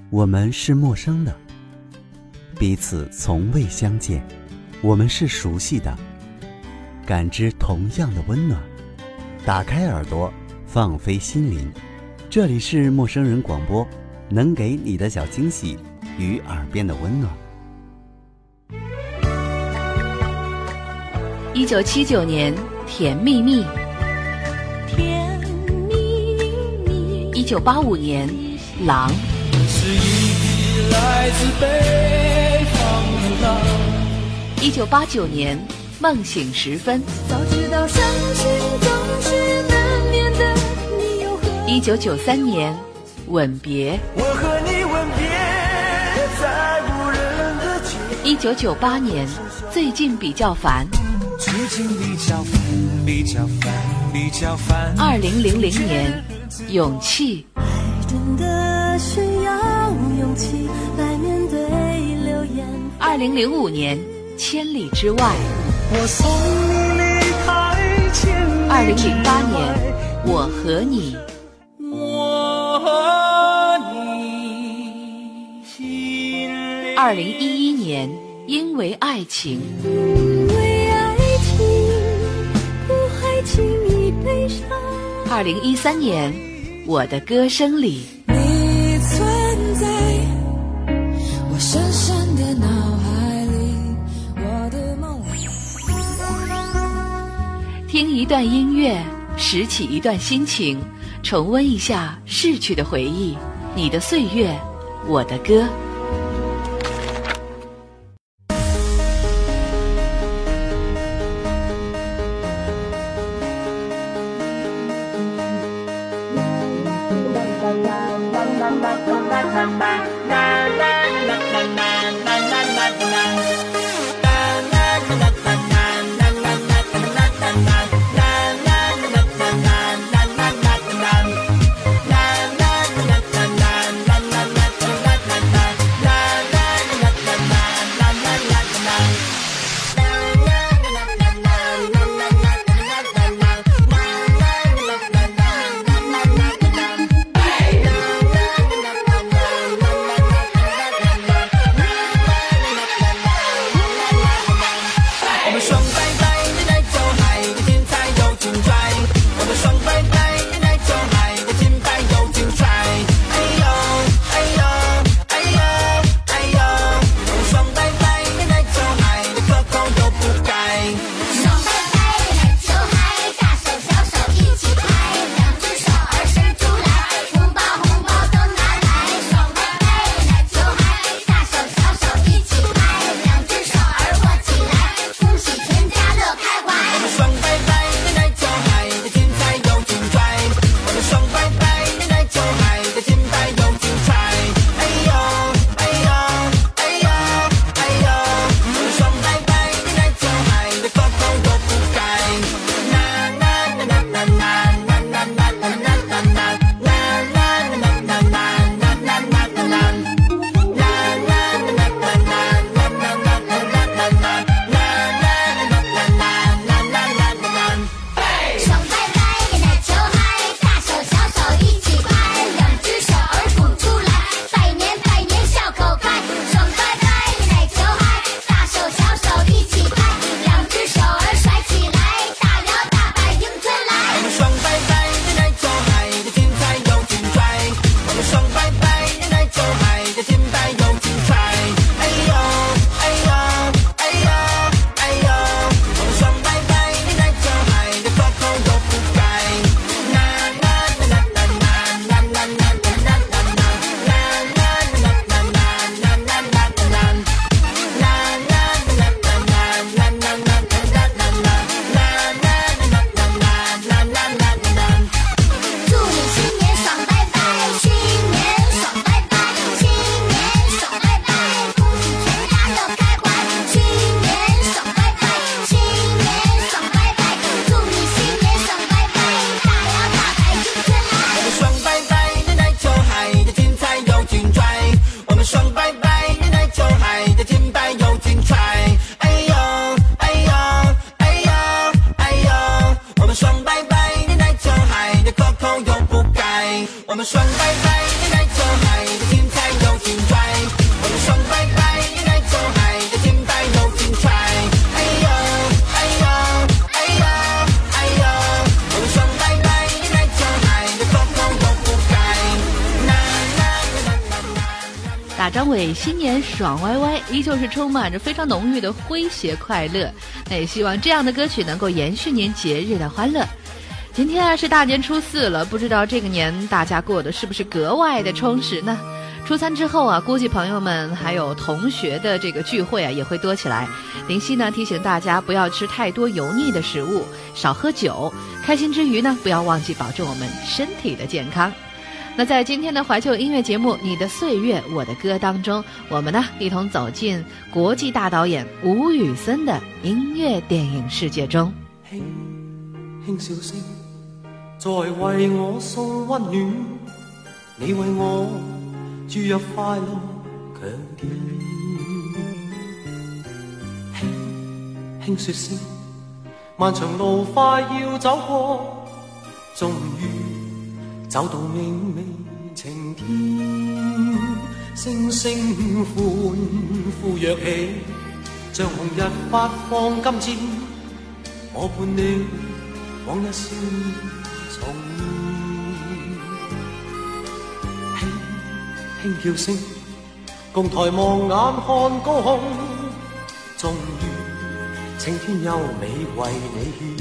我们是陌生的，彼此从未相见，我们是熟悉的，感知同样的温暖。打开耳朵，放飞心灵，这里是陌生人广播，能给你的小惊喜与耳边的温暖。 1979年，甜蜜蜜。 甜蜜蜜。 1985年，狼。 是一匹来自北方的狼。 1989年，梦醒时分。 早知道伤心总是难免的，你又何 1993年，吻别。 我和你吻别在无人的街。 1998年，最近比较烦。 最近比较烦，比较烦，比较烦。 2000年，勇气。 爱真的需要勇气来面对流言。 2005年，千里之外。 我送你离开千里之外。 2008年，我和你。 我和你心里。 2011年，因为爱情。 因为爱情不还轻易悲伤。 2013年，我的歌声里。 你存在我深深的脑海里，我的梦里。 听一段音乐，拾起一段心情，重温一下逝去的回忆。你的岁月，我的歌。 大张伟新年爽歪歪，依旧是充满着非常浓郁的诙谐快乐。那也希望这样的歌曲能够延续您节日的欢乐。今天是大年初4了，不知道这个年大家过得是不是格外的充实呢？初3之后啊，估计朋友们还有同学的这个聚会啊也会多起来。林夕呢提醒大家不要吃太多油腻的食物，少喝酒，开心之余呢不要忘记保证我们身体的健康。那在今天的怀旧音乐节目《你的岁月我的歌》当中，我们呢一同走进国际大导演吴宇森的音乐电影世界中。 轻轻笑聲在為我送溫暖，你為我注入快樂強電，輕輕說聲漫長路快要走過，終於走到明媚晴天，聲聲歡呼躍起，像紅日發放金箭，我伴你往日少年重現，輕輕叫聲共抬望眼看高空，終於青天優美為你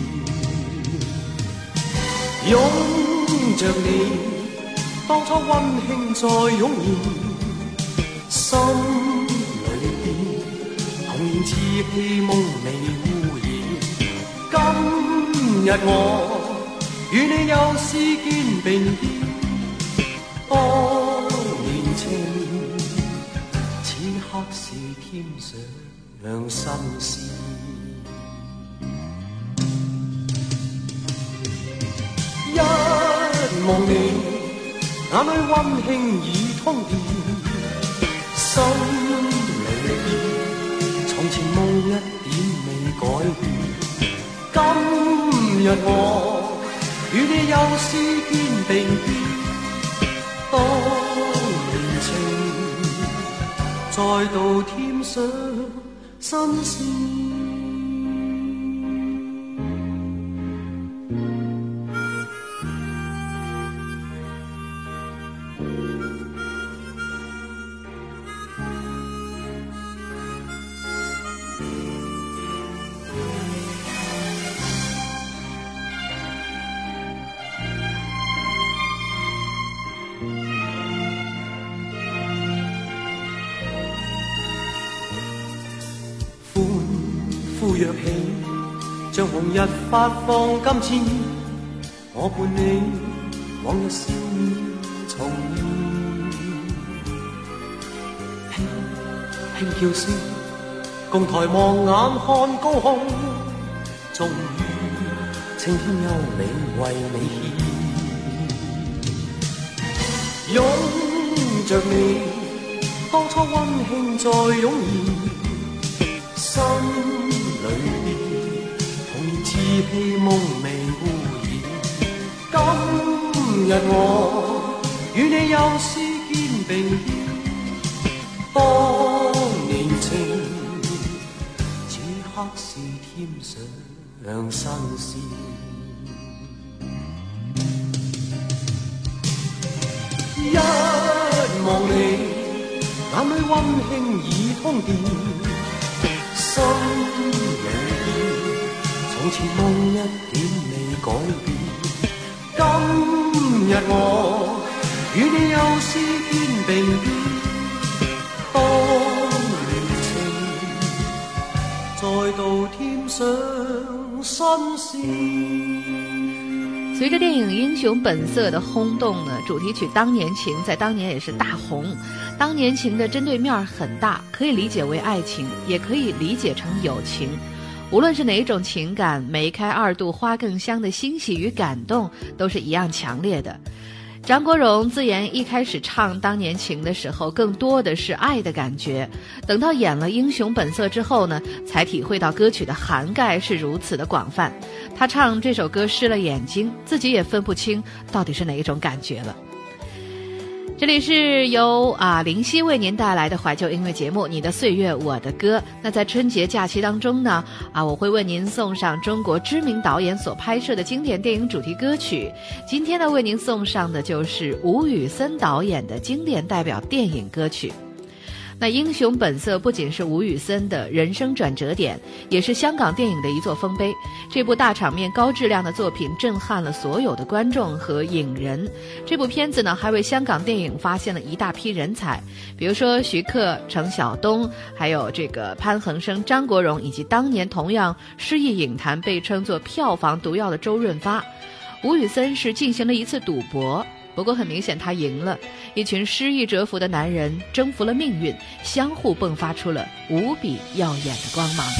獻，擁着你當初溫馨再湧現，心裏邊童年稚氣夢未污染，今日我與你又試肩並肩，當年情此刻是添上新鮮，一望你眼裏溫馨已通電，心裏邊從前夢一點未改變，今日我與你又試肩並肩，當年情再度添上新鮮。呼躍起，像紅日發放金箭，我伴你往日少年重現，輕輕叫聲共抬望眼看高空，終於青天優美為你獻，擁着你當初溫馨再湧現，心裏邊童年稚氣夢未污染，今日我與你又試肩並肩，當年情此刻是添上新鮮，一望你眼裏溫馨已通電，心裏邊從前夢一點未改變，今日我與你又試肩並肩，當年情再度添上新鮮。 随着电影《英雄本色》的轰动呢，主题曲《当年情》在当年也是大红。当年情的针对面很大，可以理解为爱情，也可以理解成友情。无论是哪一种情感，梅开二度花更香的欣喜与感动都是一样强烈的。张国荣自言一开始唱《当年情》的时候更多的是爱的感觉，等到演了《英雄本色》之后呢，才体会到歌曲的涵盖是如此的广泛。他唱这首歌湿了眼睛，自己也分不清到底是哪一种感觉了。 这里是由林夕为您带来的怀旧音乐节目《你的岁月我的歌》。那在春节假期当中呢，我会为您送上中国知名导演所拍摄的经典电影主题歌曲。今天呢，为您送上的就是吴宇森导演的经典代表电影歌曲。那《英雄本色》不仅是吴宇森的人生转折点，也是香港电影的一座丰碑。这部大场面、高质量的作品震撼了所有的观众和影人。这部片子呢，还为香港电影发现了一大批人才，比如说徐克、程晓东，还有这个潘恒生、张国荣，以及当年同样失意影坛被称作票房毒药的周润发。吴宇森是进行了一次赌博，不过很明显他赢了。一群失意蛰伏的男人征服了命运，相互迸发出了无比耀眼的光芒。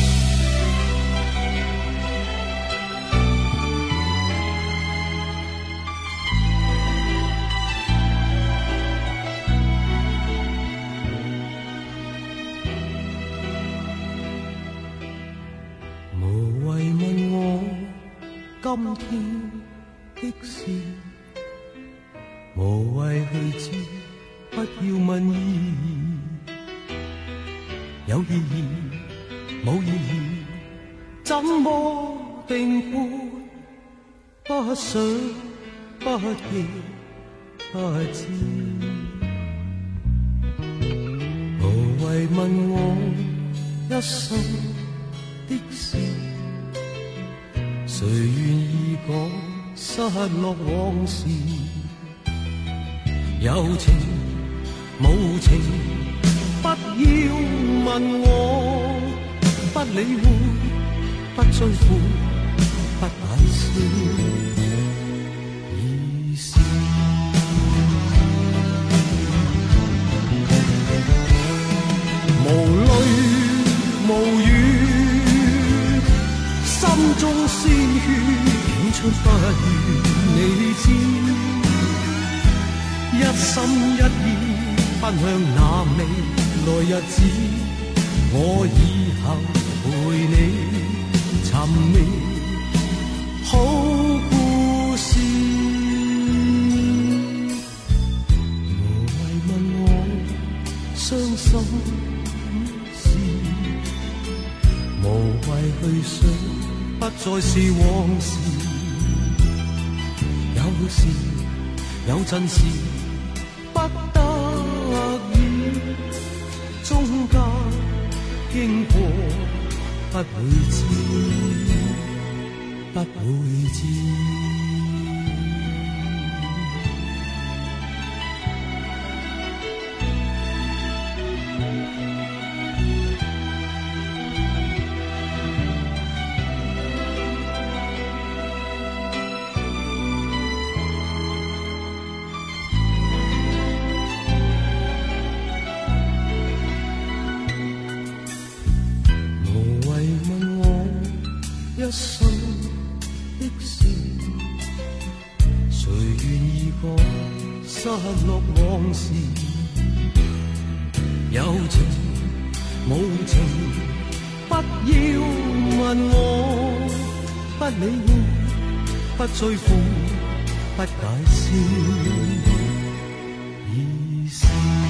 無謂問我今天的事，無謂去知，不要問意義，有意義冇意義，怎麼定判？不想不記不知，無謂問我一生的事，誰願意講失落往事？有情無情，不要問我，不理會，不追悔，不解釋意思。無淚無語，心中鮮血湧出不願你知，一心一意奔向那未來日子，我以後陪你尋覓好故事。無謂問我傷心事，無謂去想不再是往事，有時有陣時不得已，中間經過不會知，不會知。一生的事，誰願意講失落往事？有情無情，不要問我，不理會，不追悔，不解釋意思。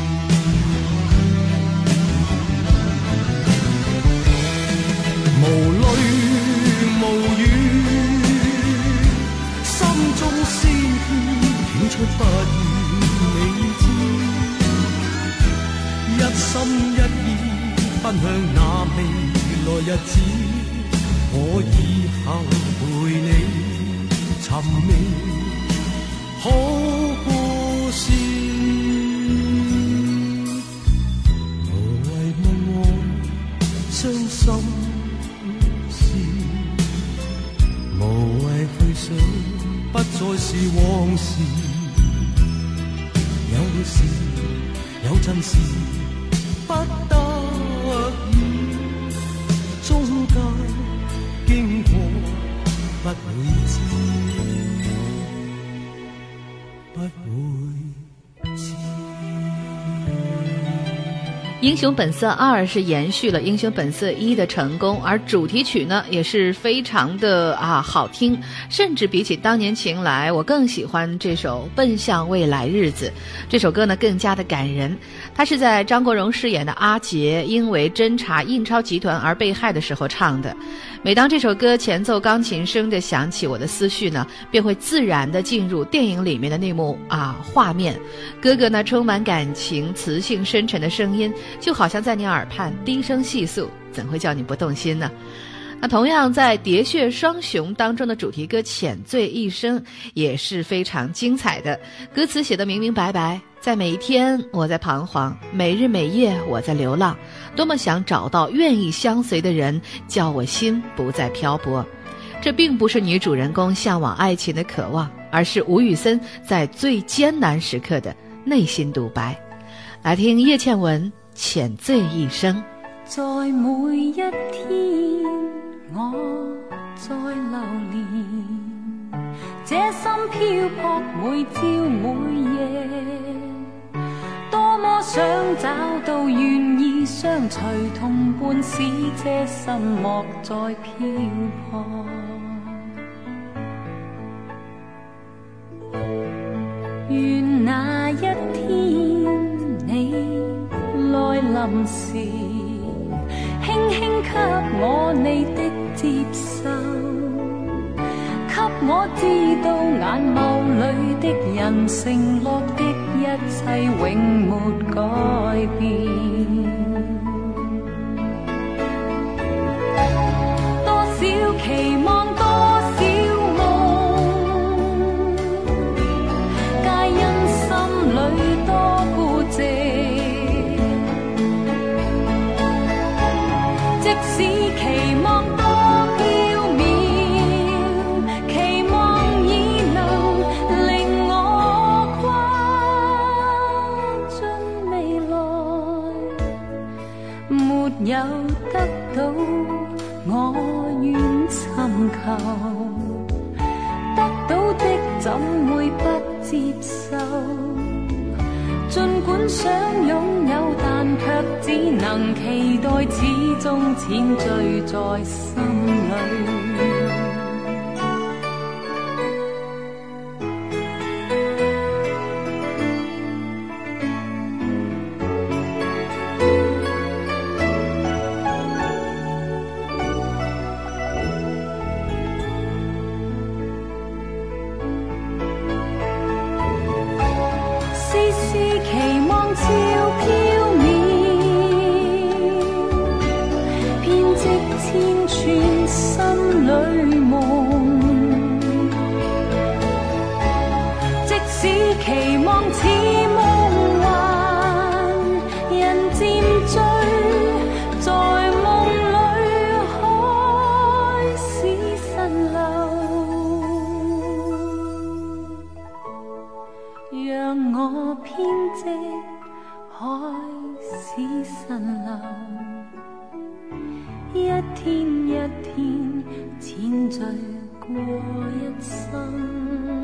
無淚無語，心中鮮血湧出不願你知，一心一意奔向那未來日子，我以後陪你尋覓好故事。無謂問我傷心，無謂去想，不再是往事。有時有陣時不得已，中間經過不會知，不會知。 英雄本色2是延续了英雄本色1的成功，而主题曲呢也是非常的好听，甚至比起当年情来，我更喜欢这首奔向未来日子。这首歌呢更加的感人，它是在张国荣饰演的阿杰因为侦查印钞集团而被害的时候唱的。每当这首歌前奏钢琴声的响起，我的思绪呢便会自然的进入电影里面的那幕画面。哥哥呢充满感情、磁性深沉的声音，就好像在你耳畔低声细诉，怎会叫你不动心呢？那同样在《喋血双雄》当中的主题歌《浅醉一生》也是非常精彩的，歌词写得明明白白，在每一天我在彷徨，每日每夜我在流浪，多么想找到愿意相随的人，叫我心不再漂泊。这并不是女主人公向往爱情的渴望，而是吴宇森在最艰难时刻的内心独白。来听叶倩文《浅醉一生》。 在每一天我在流連，這心漂泊每朝每夜，多麼想找到願意相隨同伴，使這心莫再漂泊。願那一天你來臨時，輕輕給我你的接受，給我知道眼眸裏的人承諾的一切永沒改變。多少期望，多少夢，皆因心裏多孤寂。即使期望多飄渺，期望已能令我跨進未來，沒有得到我願尋求，得到的怎會不接受？儘管想擁有，但卻只能期待，始終淺醉在心裏。期望超飄渺，編織千串心裏夢。即使期望似夢幻，人漸醉，在夢裏開始滲漏，讓我編織開始滲漏，一天一天淺醉過一生。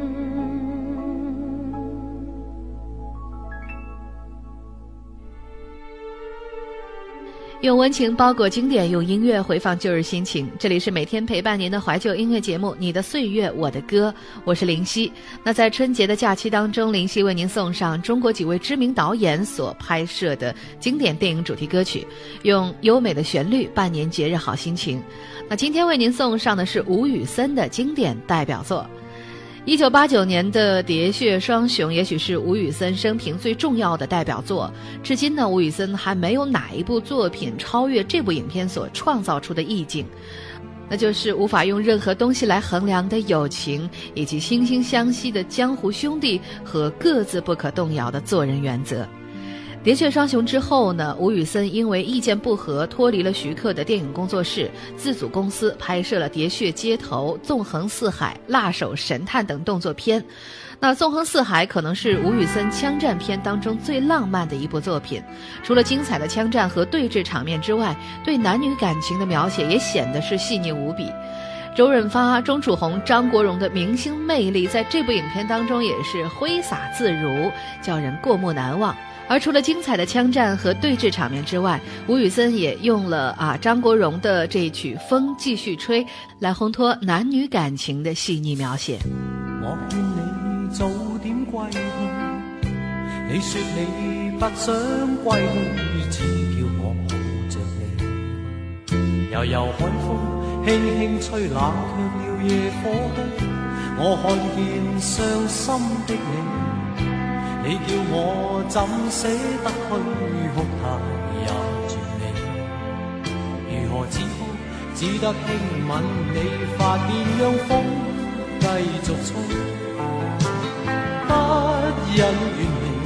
用温情包裹经典，用音乐回放旧日心情。这里是每天陪伴您的怀旧音乐节目《你的岁月我的歌》，我是林夕。那在春节的假期当中，林夕为您送上中国几位知名导演所拍摄的经典电影主题歌曲，用优美的旋律伴您节日好心情。那今天为您送上的是吴宇森的经典代表作。1989年的《喋血双雄》也许是吴宇森生平最重要的代表作，至今呢，吴宇森还没有哪一部作品超越这部影片所创造出的意境，那就是无法用任何东西来衡量的友情，以及惺惺相惜的江湖兄弟和各自不可动摇的做人原则。《喋血双雄》之后呢，吴宇森因为意见不合脱离了徐克的电影工作室，自组公司拍摄了《喋血街头》《纵横四海》《辣手神探》等动作片。那《纵横四海》可能是吴宇森枪战片当中最浪漫的一部作品，除了精彩的枪战和对峙场面之外，对男女感情的描写也显得是细腻无比。周润发、钟楚红、张国荣的明星魅力在这部影片当中也是挥洒自如，叫人过目难忘。 而除了精彩的枪战和对峙场面之外，吴宇森也用了张国荣的这一曲《风继续吹》来烘托男女感情的细腻描写。 我勸你早點歸去，你說你不想歸去，只叫我抱着你。悠悠海風輕輕吹，冷卻了夜火堆。我看見傷心的你，你叫我怎捨得去哭態也絕美。如何止哭，只得輕吻你髮邊，讓風繼續吹，不忍遠離，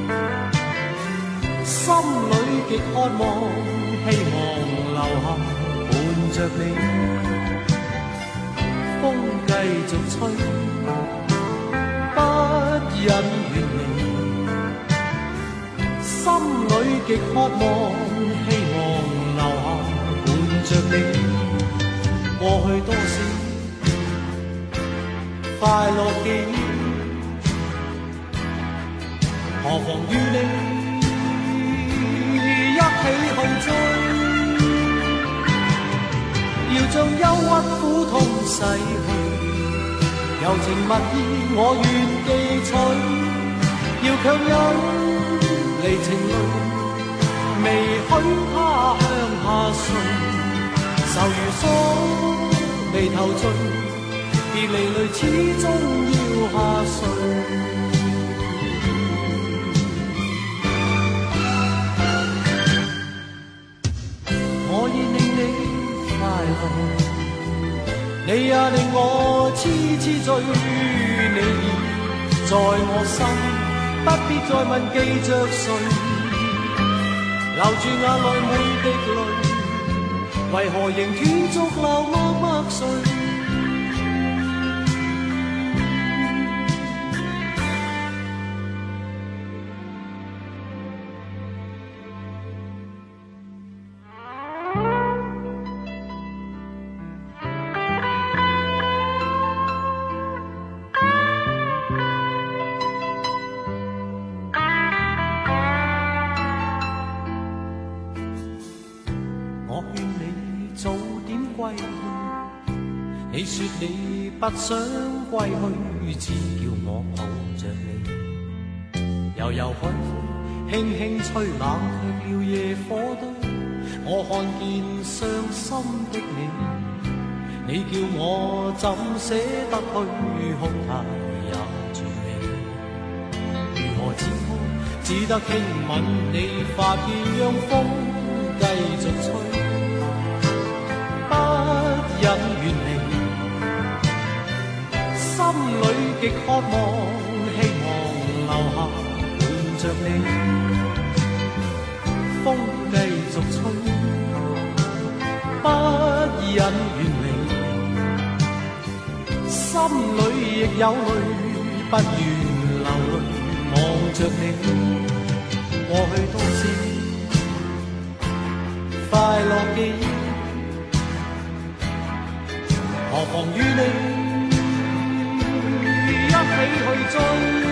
心裏極渴望，希望留下伴着你，風繼續吹，不忍遠離，心裏極渴望，希望留下伴着你。過去多少快樂記憶，何妨與你一起去追，要將憂鬱苦痛洗去，柔情蜜意我願記取，要強忍離情淚，未許他向下垂，愁如鎖眉頭聚，別離淚始終要下垂。我已令你快樂，你也令我痴痴醉，你已在我心，不必再問記着誰，留住眼內每滴淚，為何仍斷續流默默垂。你說你不想歸去，只叫我抱着你。悠悠海風輕輕吹，冷卻了夜火堆。我看見傷心的你，你叫我怎捨得去哭態也絕美。如何止哭，只得輕吻你髮邊，讓風繼續吹，不忍遠離。心裏極渴望，希望留下伴着你，風繼續吹，不忍遠離，心裏亦有淚，不願流淚望着你。過去多少快樂記憶，何妨與你一起去追，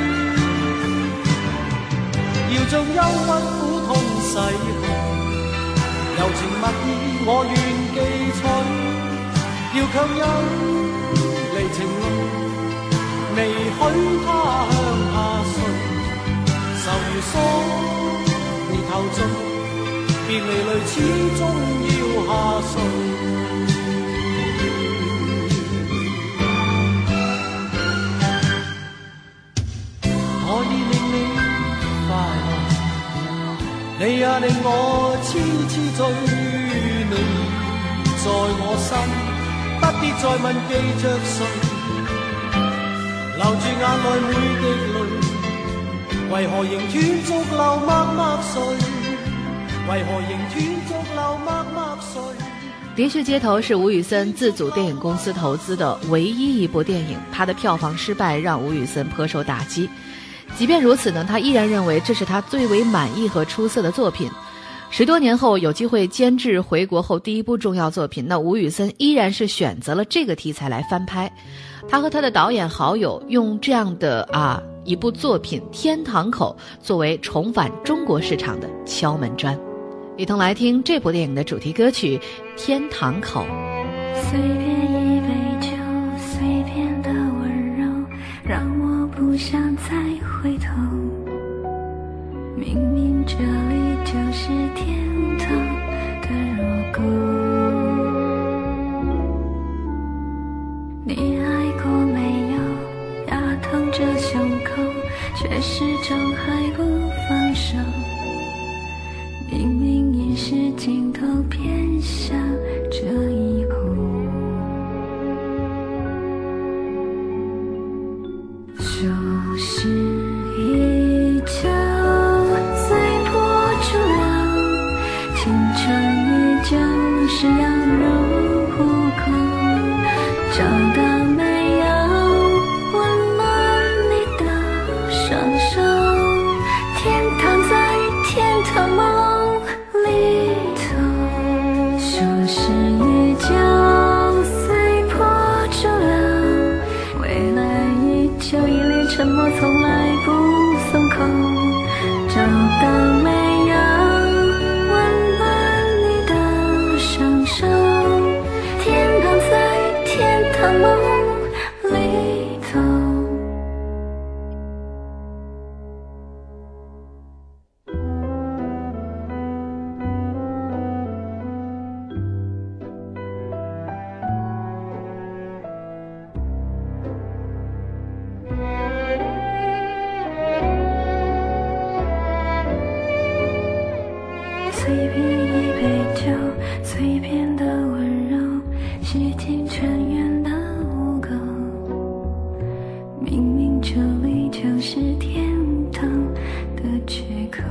要將憂鬱苦痛洗去，柔情蜜意我願記取，要強忍離情淚，未許他向下垂，愁如鎖眉頭聚，別離淚始終要下垂。我已令你快樂，你也令我痴痴醉，你在我心，不必再問記着誰，留住眼內每滴淚，為何仍斷續流默默垂，為何仍斷續流默默垂。 喋血街頭是吳宇森自組電影公司投資的唯一一部電影，他的票房失敗讓吳宇森頗受打擊。即便如此呢，他依然認為這是他最為滿意和出色的作品。10多年後有機會監製回國後第一部重要作品，那吳宇森依然是選擇了這個題材來翻拍。他和他的導演好友用這樣的一部作品《天堂口》作为重返中国市场的敲门砖。一同来听这部电影的主题歌曲《天堂口》。 随便一杯酒，随便的温柔，让我不想再回头。明明这里就是天堂的入口。你爱过没有？压疼着胸口，却始终还不放手。明明已是尽头，偏向这以后。就是一场随波逐流，青春依旧是羊入虎口。找到没有温暖你的双手？天堂在天堂梦里头。说是依旧随波逐流，未来依旧一脸沉默，从来不松口。找到没有温暖你的双手？天堂在天堂梦里头。随便一杯酒，随便的温柔，洗净尘缘的污垢。明明这里就是天堂的缺口。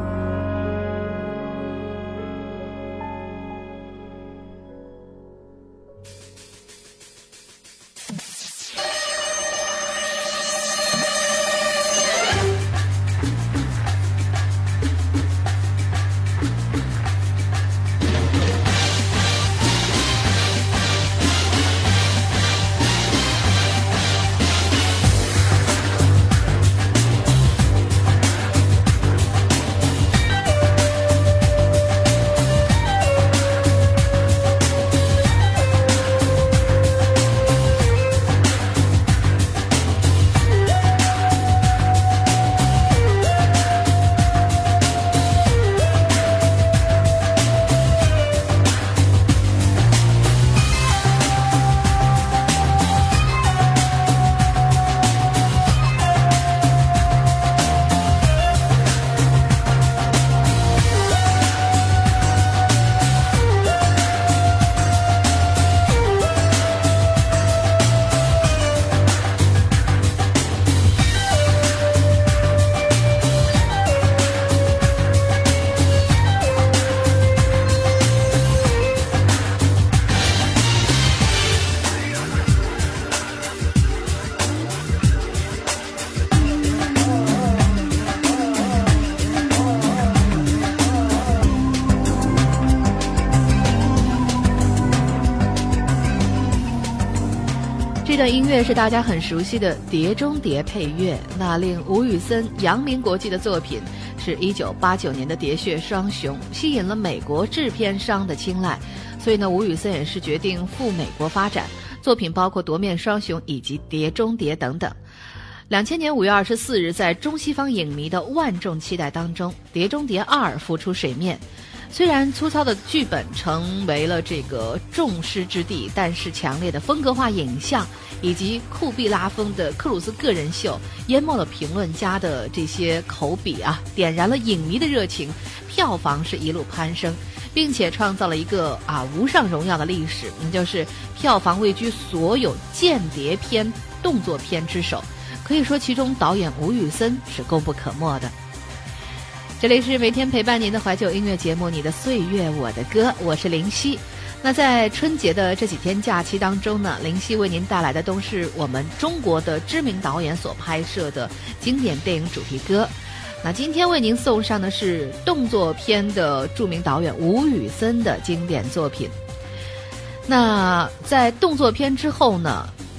这段音乐是大家很熟悉的《碟中谍》配乐，那令吴宇森扬名国际的作品是1989年的《喋血双雄》，吸引了美国制片商的青睐，所以呢，吴宇森也是决定赴美国发展，作品包括《夺面双雄》以及《碟中谍》等等。2000年5月24日，在中西方影迷的万众期待当中，《碟中谍2》浮出水面。虽然粗糙的剧本成为了这个众矢之的，但是强烈的风格化影像以及酷毙拉风的克鲁斯个人秀，淹没了评论家的这些口笔啊，点燃了影迷的热情，票房是一路攀升，并且创造了一个无上荣耀的历史，那就是票房位居所有间谍片、动作片之首。可以说，其中导演吴宇森是功不可没的。这里是每天陪伴您的怀旧音乐节目《你的岁月我的歌》，我是林夕。那在春节的这几天假期当中呢，林夕为您带来的都是我们中国的知名导演所拍摄的经典电影主题歌。那今天为您送上的是动作片的著名导演吴宇森的经典作品。那在动作片之后呢，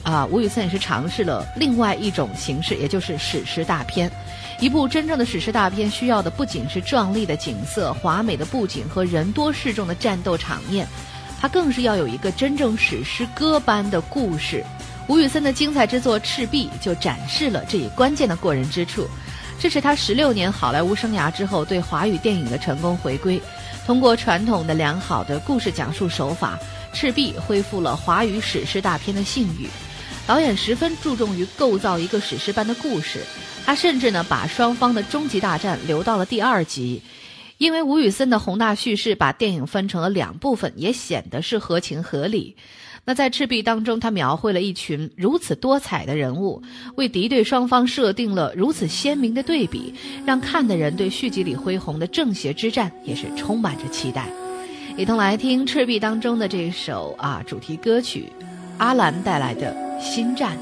吴宇森也是尝试了另外一种形式，也就是史诗大片。一部真正的史诗大片需要的不仅是壮丽的景色、华美的布景和人多势众的战斗场面，它更是要有一个真正史诗歌般的故事。吴宇森的精彩之作《赤壁》就展示了这一关键的过人之处，这是他16年好莱坞生涯之后对华语电影的成功回归。通过传统的良好的故事讲述手法，《赤壁》恢复了华语史诗大片的信誉。导演十分注重于构造一个史诗般的故事，他甚至呢把双方的终极大战留到了第2集。因为吴宇森的宏大叙事把电影分成了2部分，也显得是合情合理。那在《赤壁》当中，他描绘了一群如此多彩的人物，为敌对双方设定了如此鲜明的对比，让看的人对续集里恢宏的正邪之战也是充满着期待。一同来听《赤壁》当中的这首主题歌曲，阿兰带来的《心战》。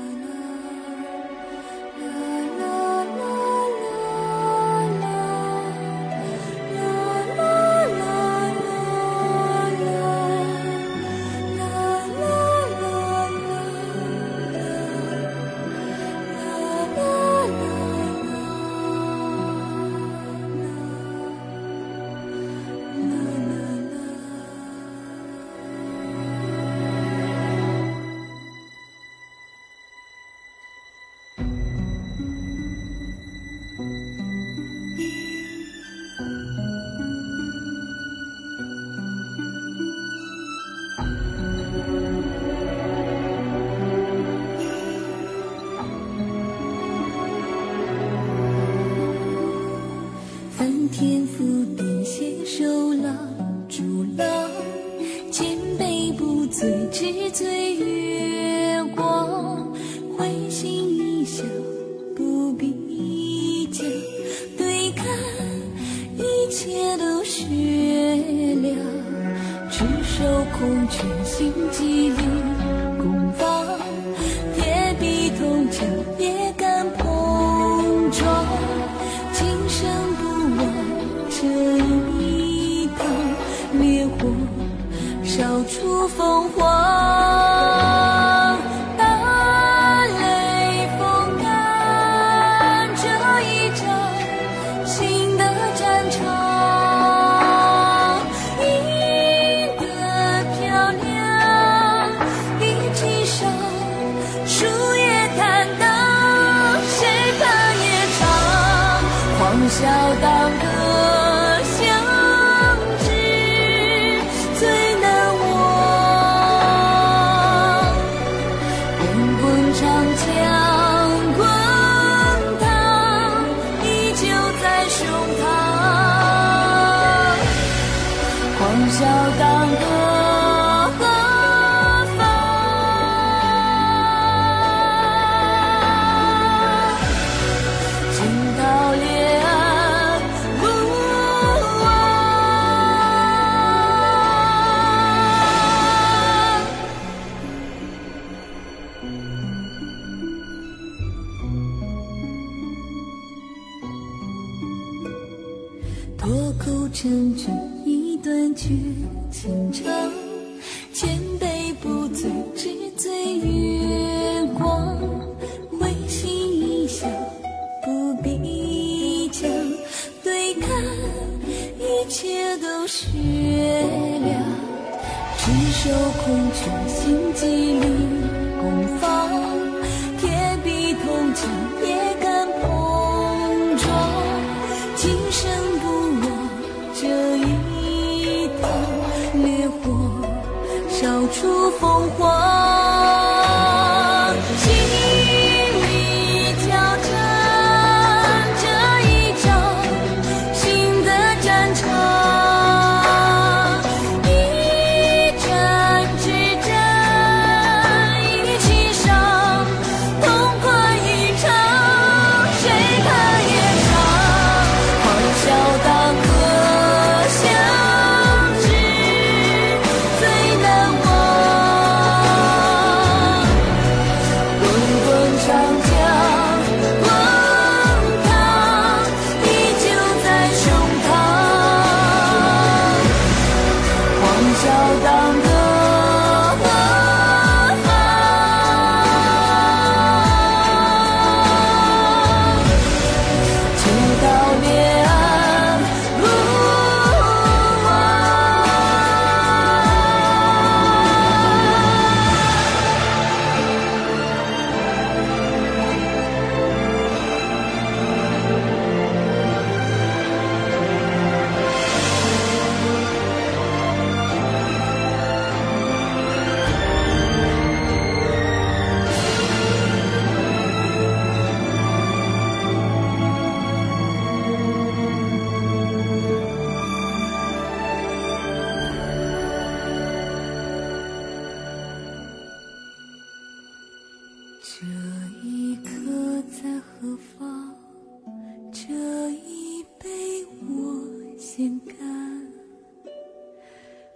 天赋点写手郎主郎，千杯不醉只醉月光。会心一笑不必讲，对看一切都是月亮。赤手空拳心机灵，攻防铁壁铜墙也敢碰撞。今生不忘这一趟，烈火烧出凤凰。打雷风干这一场新的战场，赢得漂亮，一起上，输也坦荡，谁怕也长，狂笑当歌。笑当歌何方？惊涛裂岸不忘。脱口成句一段绝情长，千杯不醉只醉月光。会心一笑不必讲，对看一切都是月亮。赤手空拳心机灵，攻防铁壁铜墙也敢碰撞。今生不忘这一趟，烈火烧出凤凰。心里挑战这一场新的战场，一战之战一起上，痛快一场，谁怕也长，狂笑当歌。相知最难忘。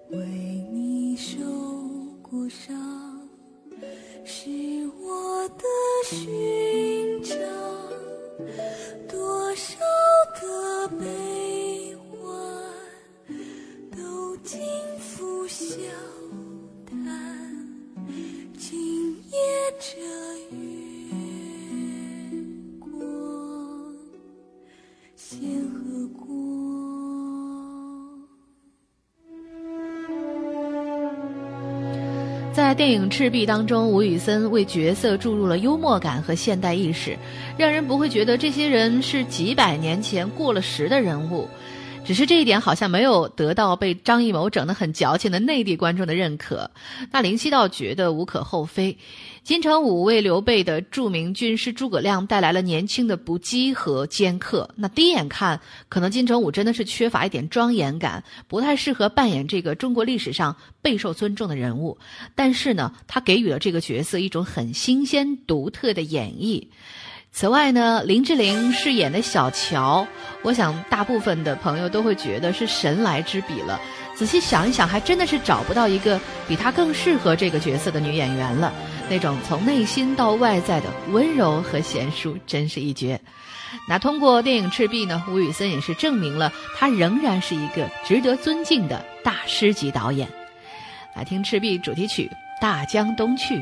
为你受过伤，是我的勋章，多少个悲欢都尽付笑谈，今夜这月光显和光。 在电影《赤壁》当中，吴宇森为角色注入了幽默感和现代意识，让人不会觉得这些人是几百年前过了时的人物。只是这一点好像没有得到被张艺谋整得很矫情的内地观众的认可。那林夕倒觉得无可厚非。金城武为刘备的著名军师诸葛亮带来了年轻的不羁和尖刻。那第一眼看，可能金城武真的是缺乏一点庄严感，不太适合扮演这个中国历史上备受尊重的人物。但是呢，他给予了这个角色一种很新鲜独特的演绎。此外呢，林志玲饰演的小乔，我想大部分的朋友都会觉得是神来之笔了。仔细想一想，还真的是找不到一个比她更适合这个角色的女演员了。那种从内心到外在的温柔和娴熟，真是一绝。那通过电影《赤壁》呢，吴宇森也是证明了他仍然是一个值得尊敬的大师级导演。来听《赤壁》主题曲《大江东去》。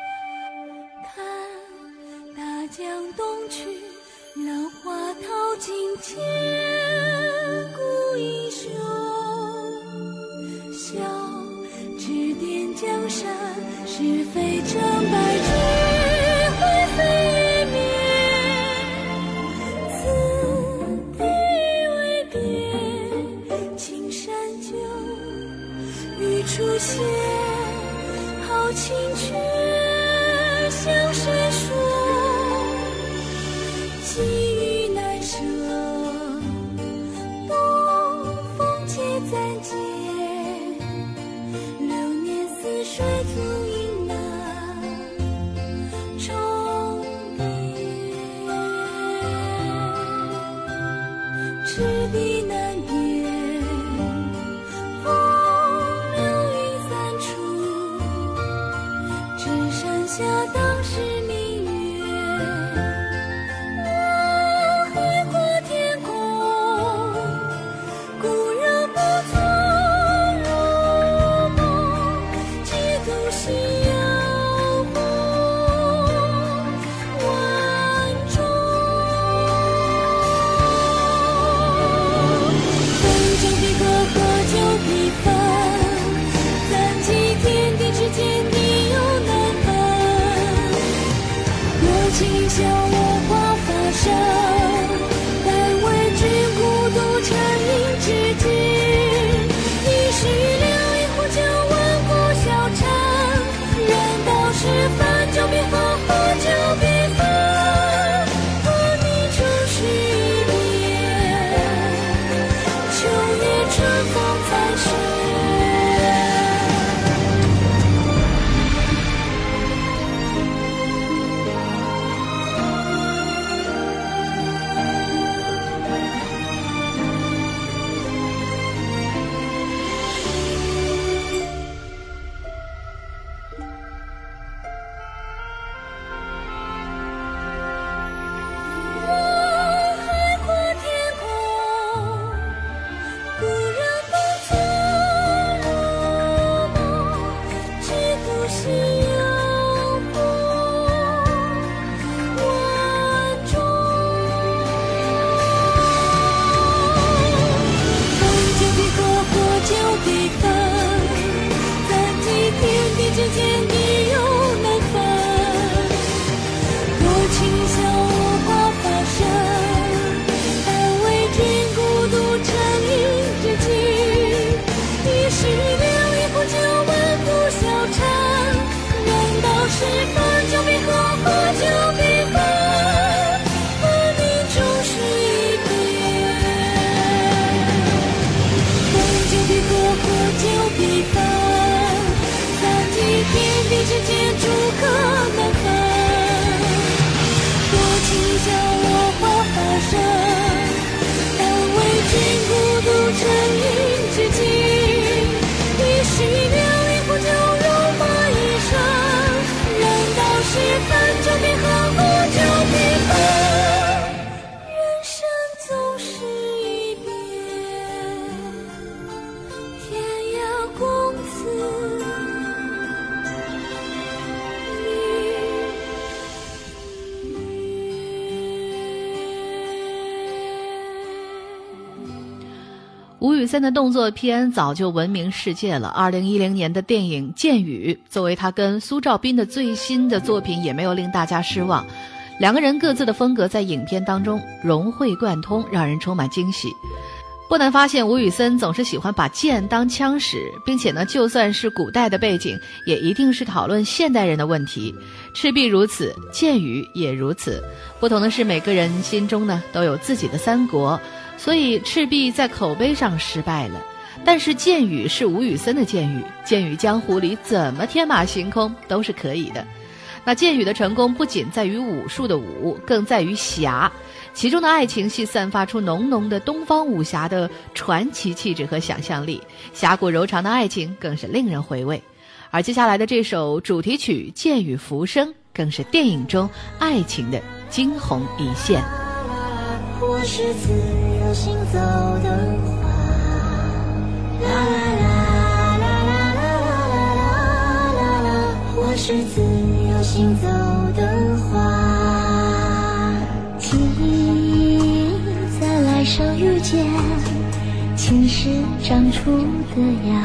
江东去，浪花淘尽千古英雄。笑指点江山，是非成败只会飞灭。此地为别，青山就欲出现，好情却向谁说？际遇难舍，东风且暂借。流年似水，足影难重叠。赤壁难辨，风流云散处。只剩下当时明月。故人不曾入梦，几度心吴宇森的动作片早就闻名世界了。2010年的电影《剑雨》作为他跟苏兆斌的最新的作品，也没有令大家失望。两个人各自的风格在影片当中融会贯通，让人充满惊喜。不难发现，吴宇森总是喜欢把剑当枪使，并且呢，就算是古代的背景，也一定是讨论现代人的问题。赤壁如此，剑雨也如此。不同的是，每个人心中呢都有自己的三国，所以赤壁在口碑上失败了。但是剑雨是吴宇森的剑雨，剑雨江湖里怎么天马行空都是可以的。那剑雨的成功不仅在于武术的武，更在于侠。其中的爱情戏散发出浓浓的东方武侠的传奇气质和想象力，侠骨柔肠的爱情更是令人回味。而接下来的这首主题曲《剑雨浮生》更是电影中爱情的惊鸿一现。 我是自由行走的花，啦啦啦啦啦啦啦啦，我是自由行走的花。在来生遇见，前世长出的芽，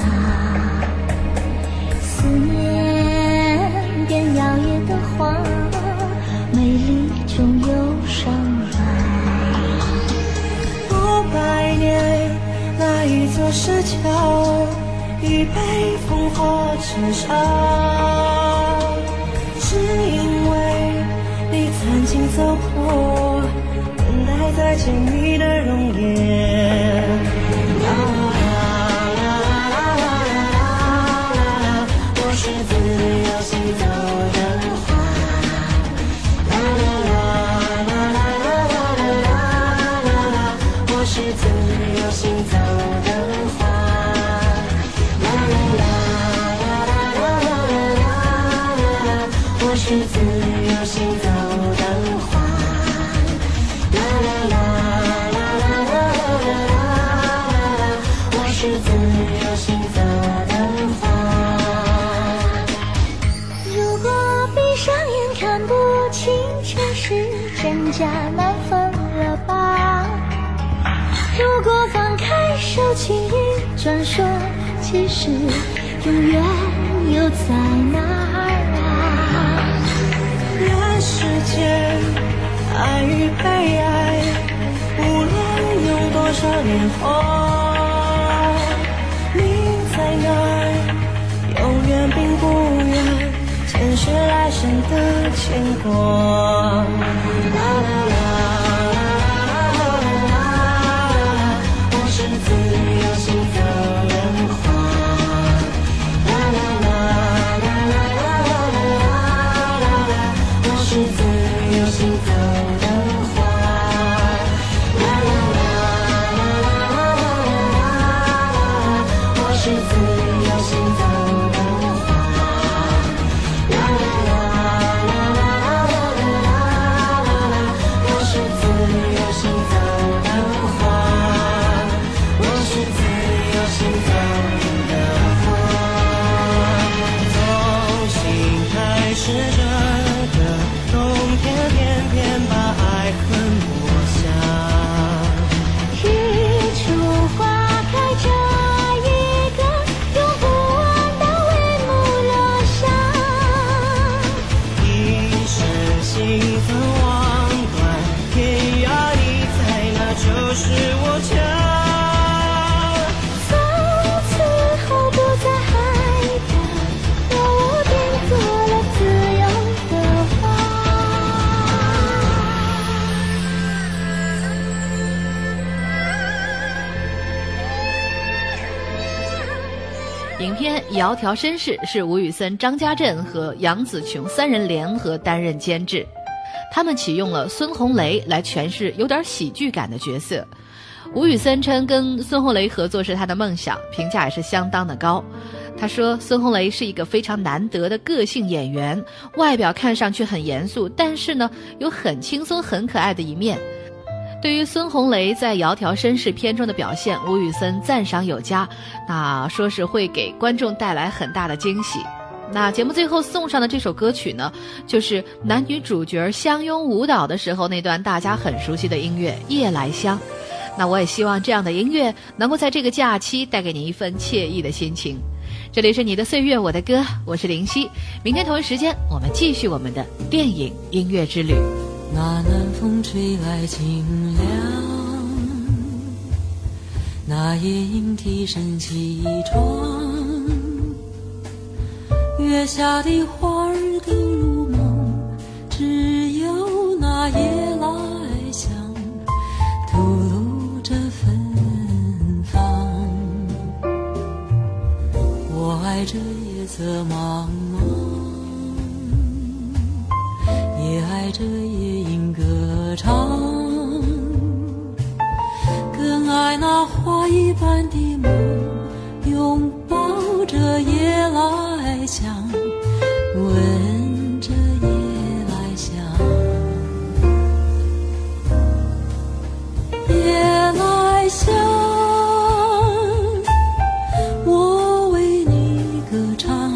思念变摇曳的花，美丽中有伤害。 500年，那一座石桥已被烽火刺伤，是因为你曾经走过，等待再见你的容颜。我是自由行走的花，我是自由行走的花，我是自由行走的花。是自由行走的花。 如果闭上眼看不清全是真假难分了吧，如果放开手轻易转说，其实永远又在哪儿啊？ 人世间爱与被爱，无论用多少年后，在哪儿永远并不远，前世来生的牵挂。我是自由行走的花，我是自由行走的花。是自由行走的花，我是自由行走的花，我是自由行走的花。从心开始这个冬天，偏偏把爱恨抹下。 日出花开着就是我家， 从此后不再害怕，让我变做了自由的花。 影片《窈窕绅士》是吴宇森、张家镇和杨紫琼三人联合担任监制。他们启用了孙红雷来诠释有点喜剧感的角色。吴宇森称跟孙红雷合作是他的梦想，评价也是相当的高。他说孙红雷是一个非常难得的个性演员，外表看上去很严肃，但是呢有很轻松很可爱的一面。对于孙红雷在《窈窕绅士》片中的表现，吴宇森赞赏有加，那说是会给观众带来很大的惊喜。那节目最后送上的这首歌曲呢，就是男女主角相拥舞蹈的时候那段大家很熟悉的音乐《夜来香》。 那我也希望这样的音乐能够在这个假期带给你一份惬意的心情。这里是你的岁月我的歌，我是林夕。明天同一时间我们继续我们的电影音乐之旅。 那南风吹来清凉，那夜莺啼声起床，月下的花儿都入梦，只有那夜来香吐露着芬芳。我爱这夜色茫茫，也爱这夜莺歌唱，更爱那花一般的梦，拥抱着夜来香，闻着夜来香。夜来香，我为你歌唱。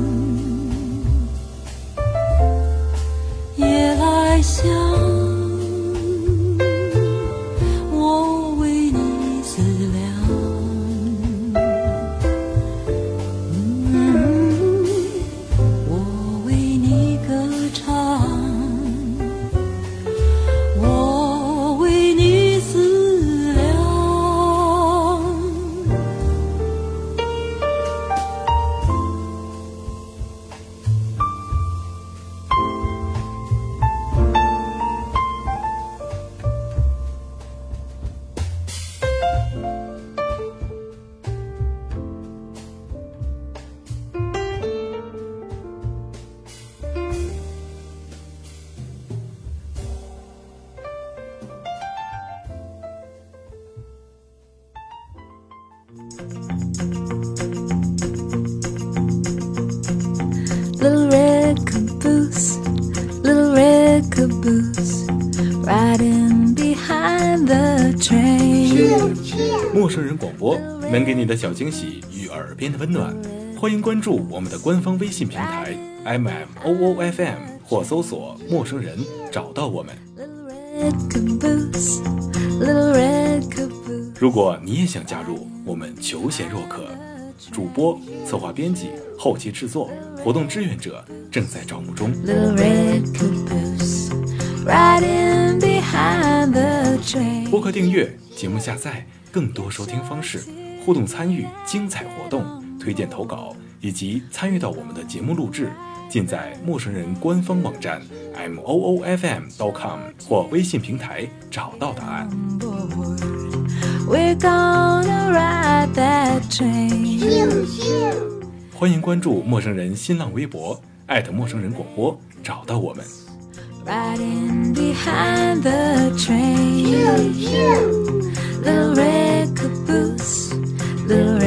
夜来香，我为你思量。我为你歌唱，我为你思量。 Little red caboose, little red caboose, riding behind the train. 陌生人广播能给你的小惊喜与耳边的温暖，欢迎关注我们的官方微信平台 MMOOFM 或搜索陌生人找到我们。 Red caboose, little red caboose. 如果你也想加入，我们求贤若渴，主播、策划编辑、后期制作、活动志愿者正在招募中。 Little red caboose, riding behind the train. 播客订阅、节目下载、更多收听方式、互动参与、精彩活动、推荐投稿以及参与到我们的节目录制，尽在陌生人官方网站 moofm.com 或微信平台找到答案。 We're gonna ride that train. 欢迎关注陌生人新浪微博陌生人广播，找到我们。 Riding behind the train. Little red caboose, little